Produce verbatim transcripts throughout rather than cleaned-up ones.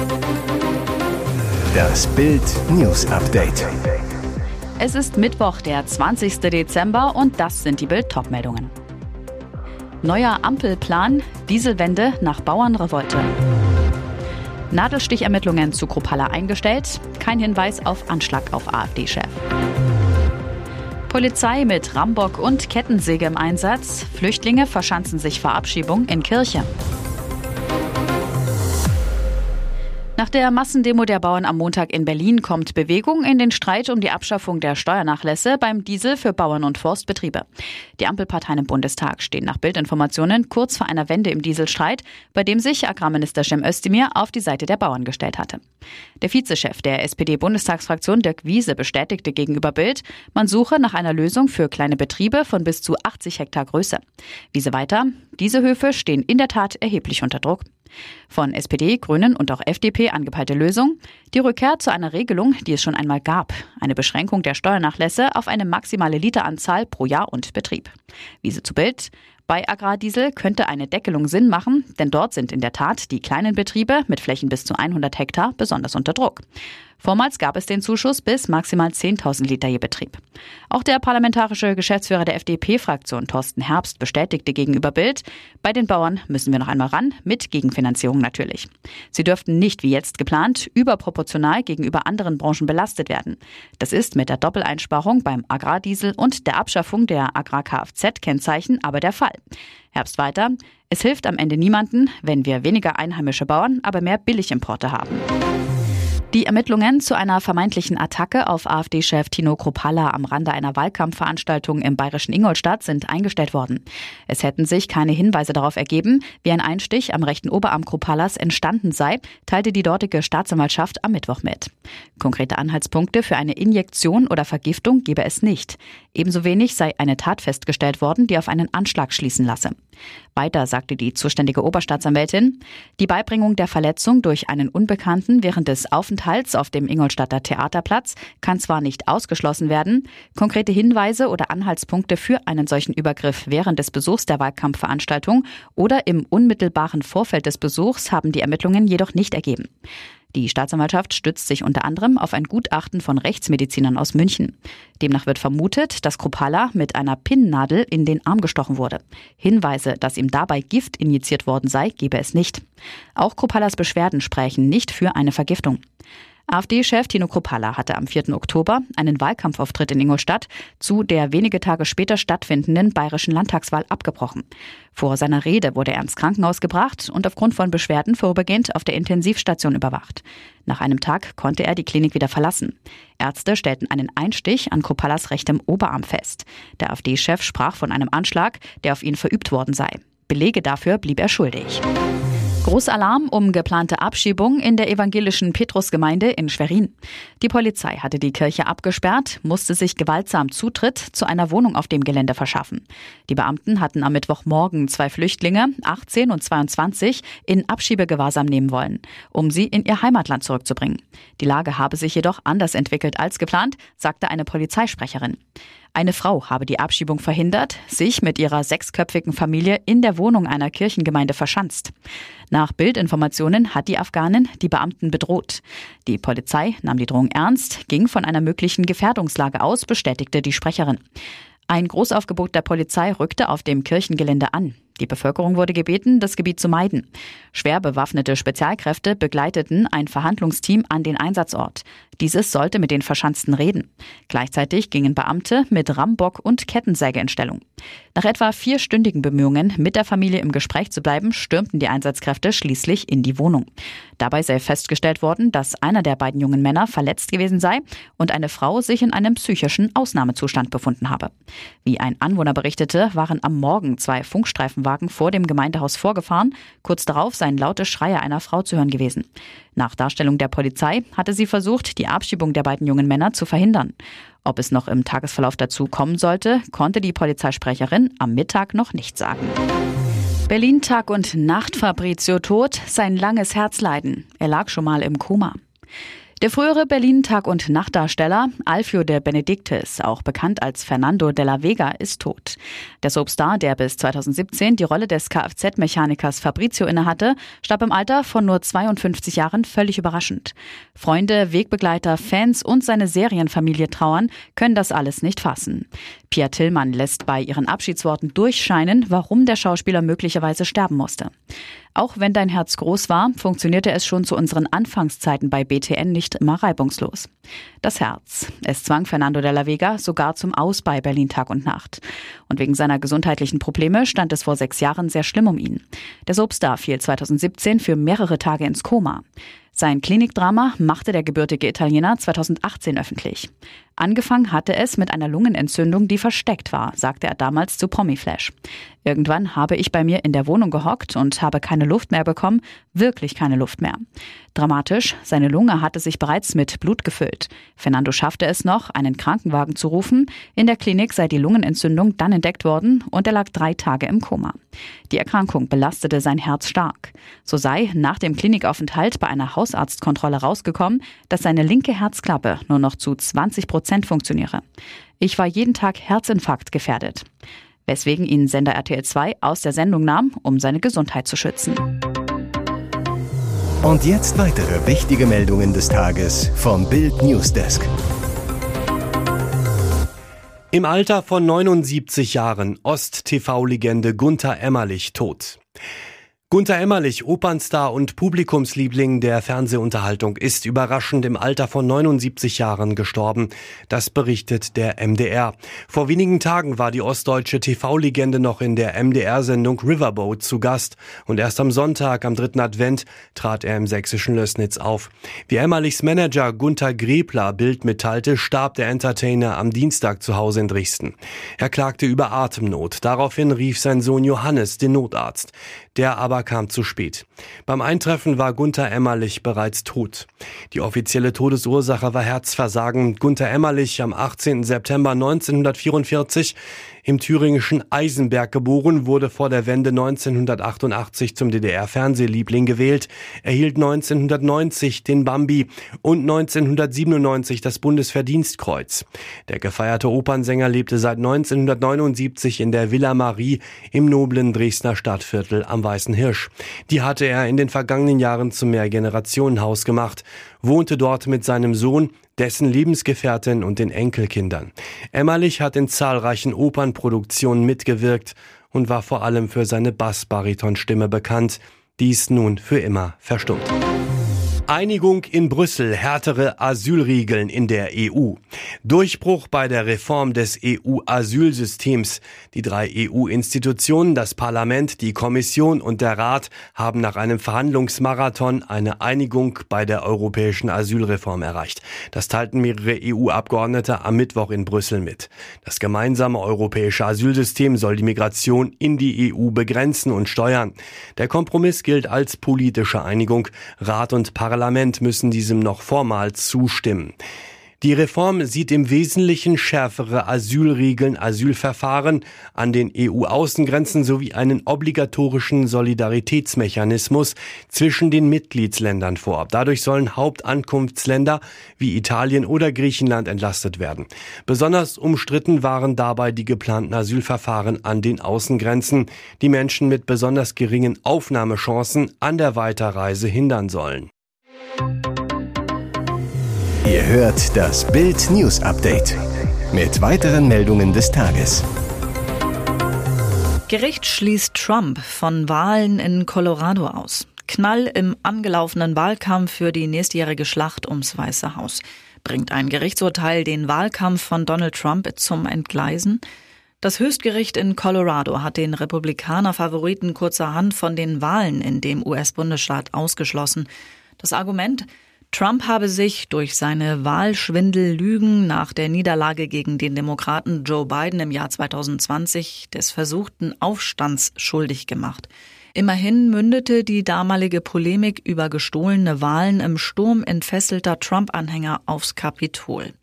Das Bild News Update. Es ist Mittwoch, der zwanzigster Dezember und das sind die Bild-Top-Meldungen. Neuer Ampelplan, Dieselwende nach Bauernrevolte. Nadelsstichermittlungen zu Kruppalla eingestellt, kein Hinweis auf Anschlag auf AfD-Chef. Polizei mit Rambock und Kettensäge im Einsatz, Flüchtlinge verschanzen sich vor Abschiebung in Kirche. Nach der Massendemo der Bauern am Montag in Berlin kommt Bewegung in den Streit um die Abschaffung der Steuernachlässe beim Diesel für Bauern und Forstbetriebe. Die Ampelparteien im Bundestag stehen nach Bildinformationen kurz vor einer Wende im Dieselstreit, bei dem sich Agrarminister Cem Özdemir auf die Seite der Bauern gestellt hatte. Der Vizechef der S P D-Bundestagsfraktion Dirk Wiese bestätigte gegenüber Bild, man suche nach einer Lösung für kleine Betriebe von bis zu achtzig Hektar Größe. Wiese weiter, diese Höfe stehen in der Tat erheblich unter Druck. Von S P D, Grünen und auch F D P angepeilte Lösung: die Rückkehr zu einer Regelung, die es schon einmal gab. Eine Beschränkung der Steuernachlässe auf eine maximale Literanzahl pro Jahr und Betrieb. Wiese zu Bild: Bei Agrardiesel könnte eine Deckelung Sinn machen, denn dort sind in der Tat die kleinen Betriebe mit Flächen bis zu hundert Hektar besonders unter Druck. Vormals gab es den Zuschuss bis maximal zehntausend Liter je Betrieb. Auch der parlamentarische Geschäftsführer der F D P-Fraktion Thorsten Herbst bestätigte gegenüber Bild, bei den Bauern müssen wir noch einmal ran, mit Gegenfinanzierung natürlich. Sie dürften nicht wie jetzt geplant überproportional gegenüber anderen Branchen belastet werden. Das ist mit der Doppeleinsparung beim Agrardiesel und der Abschaffung der Agrar-Kfz-Kennzeichen aber der Fall. Herbst weiter: Es hilft am Ende niemanden, wenn wir weniger einheimische Bauern, aber mehr Billigimporte haben. Die Ermittlungen zu einer vermeintlichen Attacke auf AfD-Chef Tino Kruppalla am Rande einer Wahlkampfveranstaltung im bayerischen Ingolstadt sind eingestellt worden. Es hätten sich keine Hinweise darauf ergeben, wie ein Einstich am rechten Oberarm Krupallas entstanden sei, teilte die dortige Staatsanwaltschaft am Mittwoch mit. Konkrete Anhaltspunkte für eine Injektion oder Vergiftung gebe es nicht. Ebenso wenig sei eine Tat festgestellt worden, die auf einen Anschlag schließen lasse. Weiter sagte die zuständige Oberstaatsanwältin, die Beibringung der Verletzung durch einen Unbekannten während des Aufenthalts auf dem Ingolstadter Theaterplatz kann zwar nicht ausgeschlossen werden, konkrete Hinweise oder Anhaltspunkte für einen solchen Übergriff während des Besuchs der Wahlkampfveranstaltung oder im unmittelbaren Vorfeld des Besuchs haben die Ermittlungen jedoch nicht ergeben. Die Staatsanwaltschaft stützt sich unter anderem auf ein Gutachten von Rechtsmedizinern aus München. Demnach wird vermutet, dass Kruppalla mit einer Pinnennadel in den Arm gestochen wurde. Hinweise, dass ihm dabei Gift injiziert worden sei, gebe es nicht. Auch Krupallas Beschwerden sprechen nicht für eine Vergiftung. AfD-Chef Tino Kruppalla hatte am vierten Oktober einen Wahlkampfauftritt in Ingolstadt zu der wenige Tage später stattfindenden bayerischen Landtagswahl abgebrochen. Vor seiner Rede wurde er ins Krankenhaus gebracht und aufgrund von Beschwerden vorübergehend auf der Intensivstation überwacht. Nach einem Tag konnte er die Klinik wieder verlassen. Ärzte stellten einen Einstich an Krupallas rechtem Oberarm fest. Der AfD-Chef sprach von einem Anschlag, der auf ihn verübt worden sei. Belege dafür blieb er schuldig. Großalarm um geplante Abschiebung in der evangelischen Petrusgemeinde in Schwerin. Die Polizei hatte die Kirche abgesperrt, musste sich gewaltsam Zutritt zu einer Wohnung auf dem Gelände verschaffen. Die Beamten hatten am Mittwochmorgen zwei Flüchtlinge, achtzehn und zweiundzwanzig, in Abschiebegewahrsam nehmen wollen, um sie in ihr Heimatland zurückzubringen. Die Lage habe sich jedoch anders entwickelt als geplant, sagte eine Polizeisprecherin. Eine Frau habe die Abschiebung verhindert, sich mit ihrer sechsköpfigen Familie in der Wohnung einer Kirchengemeinde verschanzt. Nach Bildinformationen hat die Afghanin die Beamten bedroht. Die Polizei nahm die Drohung ernst, ging von einer möglichen Gefährdungslage aus, bestätigte die Sprecherin. Ein Großaufgebot der Polizei rückte auf dem Kirchengelände an. Die Bevölkerung wurde gebeten, das Gebiet zu meiden. Schwer bewaffnete Spezialkräfte begleiteten ein Verhandlungsteam an den Einsatzort. Dieses sollte mit den Verschanzten reden. Gleichzeitig gingen Beamte mit Rambock und Kettensäge in Stellung. Nach etwa vierstündigen Bemühungen, mit der Familie im Gespräch zu bleiben, stürmten die Einsatzkräfte schließlich in die Wohnung. Dabei sei festgestellt worden, dass einer der beiden jungen Männer verletzt gewesen sei und eine Frau sich in einem psychischen Ausnahmezustand befunden habe. Wie ein Anwohner berichtete, waren am Morgen zwei Funkstreifenwagen vor dem Gemeindehaus vorgefahren. Kurz darauf seien laute Schreie einer Frau zu hören gewesen. Nach Darstellung der Polizei hatte sie versucht, die Abschiebung der beiden jungen Männer zu verhindern. Ob es noch im Tagesverlauf dazu kommen sollte, konnte die Polizeisprecherin am Mittag noch nicht sagen. Berlin Tag und Nacht, Fabrizio tot, sein langes Herzleiden. Er lag schon mal im Koma. Der frühere Berlin-Tag- und Nachtdarsteller Alfio de Benedictis, auch bekannt als Fernando de la Vega, ist tot. Der Soapstar, der bis zweitausendsiebzehn die Rolle des Kfz-Mechanikers Fabrizio innehatte, starb im Alter von nur zweiundfünfzig Jahren völlig überraschend. Freunde, Wegbegleiter, Fans und seine Serienfamilie trauern, können das alles nicht fassen. Pia Tillmann lässt bei ihren Abschiedsworten durchscheinen, warum der Schauspieler möglicherweise sterben musste. Auch wenn dein Herz groß war, funktionierte es schon zu unseren Anfangszeiten bei B T N nicht immer reibungslos. Das Herz. Es zwang Fernando de la Vega sogar zum Aus bei Berlin Tag und Nacht. Und wegen seiner gesundheitlichen Probleme stand es vor sechs Jahren sehr schlimm um ihn. Der Soapstar fiel zweitausendsiebzehn für mehrere Tage ins Koma. Sein Klinikdrama machte der gebürtige Italiener zweitausendachtzehn öffentlich. Angefangen hatte es mit einer Lungenentzündung, die versteckt war, sagte er damals zu Promiflash. Irgendwann habe ich bei mir in der Wohnung gehockt und habe keine Luft mehr bekommen, wirklich keine Luft mehr. Dramatisch, seine Lunge hatte sich bereits mit Blut gefüllt. Fernando schaffte es noch, einen Krankenwagen zu rufen. In der Klinik sei die Lungenentzündung dann entdeckt worden und er lag drei Tage im Koma. Die Erkrankung belastete sein Herz stark. So sei nach dem Klinikaufenthalt bei einer Hausarztkontrolle rausgekommen, dass seine linke Herzklappe nur noch zu zwanzig Prozent funktioniere. Ich war jeden Tag Herzinfarkt gefährdet. Weswegen ihn Sender R T L zwei aus der Sendung nahm, um seine Gesundheit zu schützen. Und jetzt weitere wichtige Meldungen des Tages vom Bild Newsdesk. Im Alter von neunundsiebzig Jahren Ost-T V-Legende Gunter Emmerlich tot. Gunter Emmerlich, Opernstar und Publikumsliebling der Fernsehunterhaltung, ist überraschend im Alter von neunundsiebzig Jahren gestorben. Das berichtet der M D R. Vor wenigen Tagen war die ostdeutsche T V-Legende noch in der M D R-Sendung Riverboat zu Gast und erst am Sonntag, am dritten Advent, trat er im sächsischen Lößnitz auf. Wie Emmerlichs Manager Gunter Grebler Bild mitteilte, starb der Entertainer am Dienstag zu Hause in Dresden. Er klagte über Atemnot. Daraufhin rief sein Sohn Johannes den Notarzt. Der aber kam zu spät. Beim Eintreffen war Gunter Emmerlich bereits tot. Die offizielle Todesursache war Herzversagen. Gunter Emmerlich, am achtzehnten September neunzehnhundertvierundvierzig im thüringischen Eisenberg geboren, wurde vor der Wende neunzehnhundertachtundachtzig zum D D R-Fernsehliebling gewählt, erhielt neunzehnhundertneunzig den Bambi und neunzehnhundertsiebenundneunzig das Bundesverdienstkreuz. Der gefeierte Opernsänger lebte seit neunzehnhundertneunundsiebzig in der Villa Marie im noblen Dresdner Stadtviertel am Weißen Hirsch. Die hatte er in den vergangenen Jahren zum Mehrgenerationenhaus gemacht, wohnte dort mit seinem Sohn, dessen Lebensgefährtin und den Enkelkindern. Emmerlich hat in zahlreichen Opernproduktionen mitgewirkt und war vor allem für seine Bass-Bariton-Stimme bekannt. Die ist nun für immer verstummt. Einigung in Brüssel, härtere Asylregeln in der E U. Durchbruch bei der Reform des E U-Asylsystems. Die drei E U-Institutionen, das Parlament, die Kommission und der Rat, haben nach einem Verhandlungsmarathon eine Einigung bei der europäischen Asylreform erreicht. Das teilten mehrere E U-Abgeordnete am Mittwoch in Brüssel mit. Das gemeinsame europäische Asylsystem soll die Migration in die E U begrenzen und steuern. Der Kompromiss gilt als politische Einigung. Rat und Parlament Parlament müssen diesem noch formal zustimmen. Die Reform sieht im Wesentlichen schärfere Asylregeln, Asylverfahren an den E U-Außengrenzen sowie einen obligatorischen Solidaritätsmechanismus zwischen den Mitgliedsländern vor. Dadurch sollen Hauptankunftsländer wie Italien oder Griechenland entlastet werden. Besonders umstritten waren dabei die geplanten Asylverfahren an den Außengrenzen, die Menschen mit besonders geringen Aufnahmechancen an der Weiterreise hindern sollen. Ihr hört das Bild News Update mit weiteren Meldungen des Tages. Gericht schließt Trump von Wahlen in Colorado aus. Knall im angelaufenen Wahlkampf für die nächstjährige Schlacht ums Weiße Haus. Bringt ein Gerichtsurteil den Wahlkampf von Donald Trump zum Entgleisen? Das Höchstgericht in Colorado hat den Republikaner-Favoriten kurzerhand von den Wahlen in dem U S-Bundesstaat ausgeschlossen. Das Argument: Trump habe sich durch seine Wahlschwindel-Lügen nach der Niederlage gegen den Demokraten Joe Biden im Jahr zweitausendzwanzig des versuchten Aufstands schuldig gemacht. Immerhin mündete die damalige Polemik über gestohlene Wahlen im Sturm entfesselter Trump-Anhänger aufs Kapitol.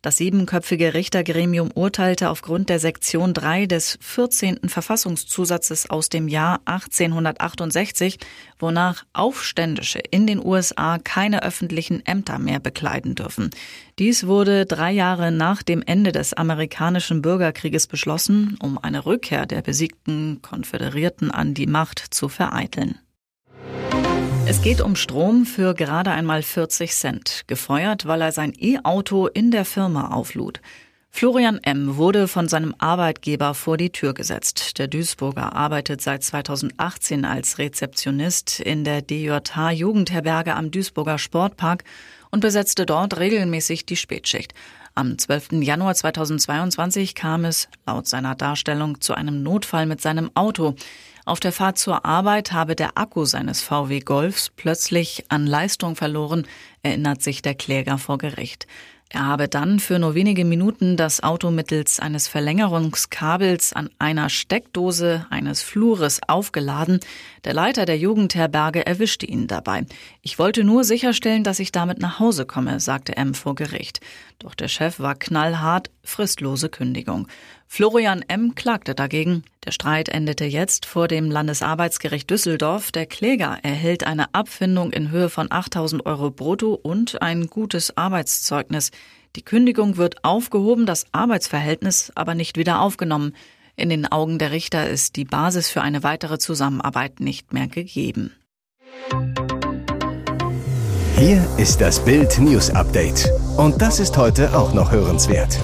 Das siebenköpfige Richtergremium urteilte aufgrund der Sektion drei des vierzehnten Verfassungszusatzes aus dem Jahr achtzehnhundertachtundsechzig, wonach Aufständische in den U S A keine öffentlichen Ämter mehr bekleiden dürfen. Dies wurde drei Jahre nach dem Ende des amerikanischen Bürgerkrieges beschlossen, um eine Rückkehr der besiegten Konföderierten an die Macht zu vereiteln. Es geht um Strom für gerade einmal vierzig Cent, gefeuert, weil er sein E-Auto in der Firma auflud. Florian M. wurde von seinem Arbeitgeber vor die Tür gesetzt. Der Duisburger arbeitet seit zweitausendachtzehn als Rezeptionist in der D J H-Jugendherberge am Duisburger Sportpark und besetzte dort regelmäßig die Spätschicht. Am zwölften Januar zweitausendzweiundzwanzig kam es, laut seiner Darstellung, zu einem Notfall mit seinem Auto. Auf der Fahrt zur Arbeit habe der Akku seines V W Golfs plötzlich an Leistung verloren, erinnert sich der Kläger vor Gericht. Er habe dann für nur wenige Minuten das Auto mittels eines Verlängerungskabels an einer Steckdose eines Flures aufgeladen. Der Leiter der Jugendherberge erwischte ihn dabei. Ich wollte nur sicherstellen, dass ich damit nach Hause komme, sagte M. vor Gericht. Doch der Chef war knallhart, fristlose Kündigung. Florian M. klagte dagegen. Der Streit endete jetzt vor dem Landesarbeitsgericht Düsseldorf. Der Kläger erhält eine Abfindung in Höhe von achttausend Euro brutto und ein gutes Arbeitszeugnis. Die Kündigung wird aufgehoben, das Arbeitsverhältnis aber nicht wieder aufgenommen. In den Augen der Richter ist die Basis für eine weitere Zusammenarbeit nicht mehr gegeben. Hier ist das Bild News Update. Und das ist heute auch noch hörenswert.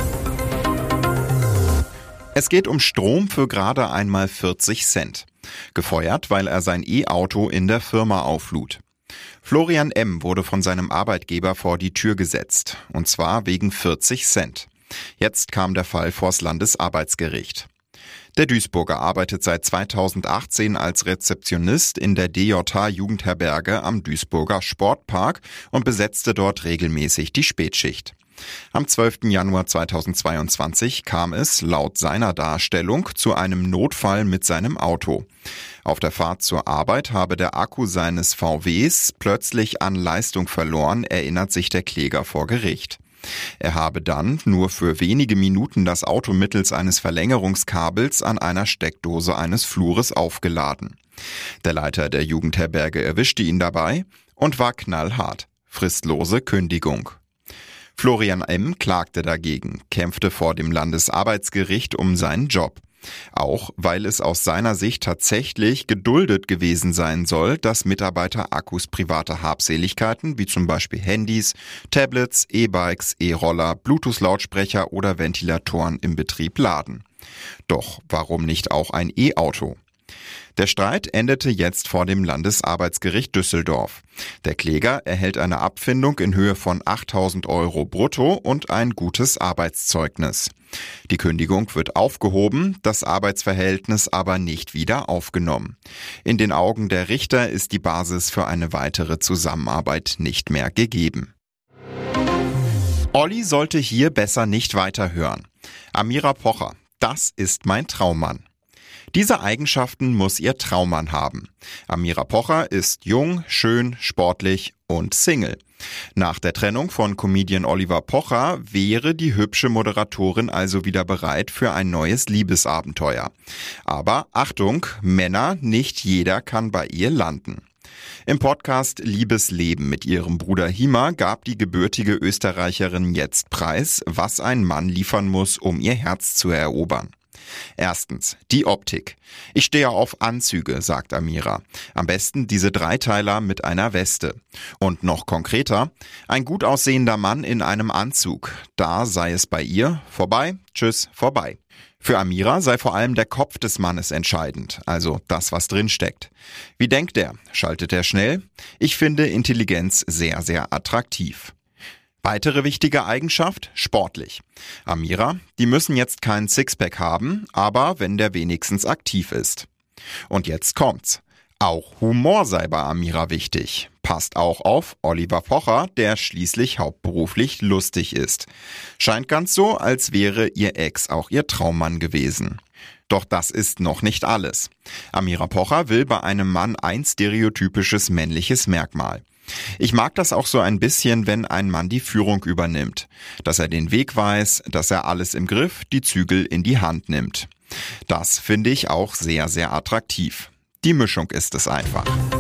Es geht um Strom für gerade einmal vierzig Cent. Gefeuert, weil er sein E-Auto in der Firma auflud. Florian M. wurde von seinem Arbeitgeber vor die Tür gesetzt. Und zwar wegen vierzig Cent. Jetzt kam der Fall vors Landesarbeitsgericht. Der Duisburger arbeitet seit zweitausendachtzehn als Rezeptionist in der D J H-Jugendherberge am Duisburger Sportpark und besetzte dort regelmäßig die Spätschicht. Am zwölften Januar zweitausendzweiundzwanzig kam es, laut seiner Darstellung, zu einem Notfall mit seinem Auto. Auf der Fahrt zur Arbeit habe der Akku seines V Ws plötzlich an Leistung verloren, erinnert sich der Kläger vor Gericht. Er habe dann nur für wenige Minuten das Auto mittels eines Verlängerungskabels an einer Steckdose eines Flures aufgeladen. Der Leiter der Jugendherberge erwischte ihn dabei und war knallhart. Fristlose Kündigung. Florian M. klagte dagegen, kämpfte vor dem Landesarbeitsgericht um seinen Job. Auch weil es aus seiner Sicht tatsächlich geduldet gewesen sein soll, dass Mitarbeiter Akkus privater Habseligkeiten wie zum Beispiel Handys, Tablets, E-Bikes, E-Roller, Bluetooth-Lautsprecher oder Ventilatoren im Betrieb laden. Doch warum nicht auch ein E-Auto? Der Streit endete jetzt vor dem Landesarbeitsgericht Düsseldorf. Der Kläger erhält eine Abfindung in Höhe von achttausend Euro brutto und ein gutes Arbeitszeugnis. Die Kündigung wird aufgehoben, das Arbeitsverhältnis aber nicht wieder aufgenommen. In den Augen der Richter ist die Basis für eine weitere Zusammenarbeit nicht mehr gegeben. Olli sollte hier besser nicht weiterhören. Amira Pocher, das ist mein Traummann. Diese Eigenschaften muss ihr Traummann haben. Amira Pocher ist jung, schön, sportlich und Single. Nach der Trennung von Comedian Oliver Pocher wäre die hübsche Moderatorin also wieder bereit für ein neues Liebesabenteuer. Aber Achtung, Männer, nicht jeder kann bei ihr landen. Im Podcast Liebesleben mit ihrem Bruder Hima gab die gebürtige Österreicherin jetzt preis, was ein Mann liefern muss, um ihr Herz zu erobern. Erstens, die Optik. Ich stehe auf Anzüge, sagt Amira. Am besten diese Dreiteiler mit einer Weste. Und noch konkreter, ein gut aussehender Mann in einem Anzug. Da sei es bei ihr vorbei, tschüss, vorbei. Für Amira sei vor allem der Kopf des Mannes entscheidend, also das, was drinsteckt. Wie denkt er? Schaltet er schnell? Ich finde Intelligenz sehr, sehr attraktiv. Weitere wichtige Eigenschaft, sportlich. Amira, die müssen jetzt keinen Sixpack haben, aber wenn der wenigstens aktiv ist. Und jetzt kommt's. Auch Humor sei bei Amira wichtig. Passt auch auf Oliver Pocher, der schließlich hauptberuflich lustig ist. Scheint ganz so, als wäre ihr Ex auch ihr Traummann gewesen. Doch das ist noch nicht alles. Amira Pocher will bei einem Mann ein stereotypisches männliches Merkmal. Ich mag das auch so ein bisschen, wenn ein Mann die Führung übernimmt. Dass er den Weg weiß, dass er alles im Griff, die Zügel in die Hand nimmt. Das finde ich auch sehr, sehr attraktiv. Die Mischung ist es einfach.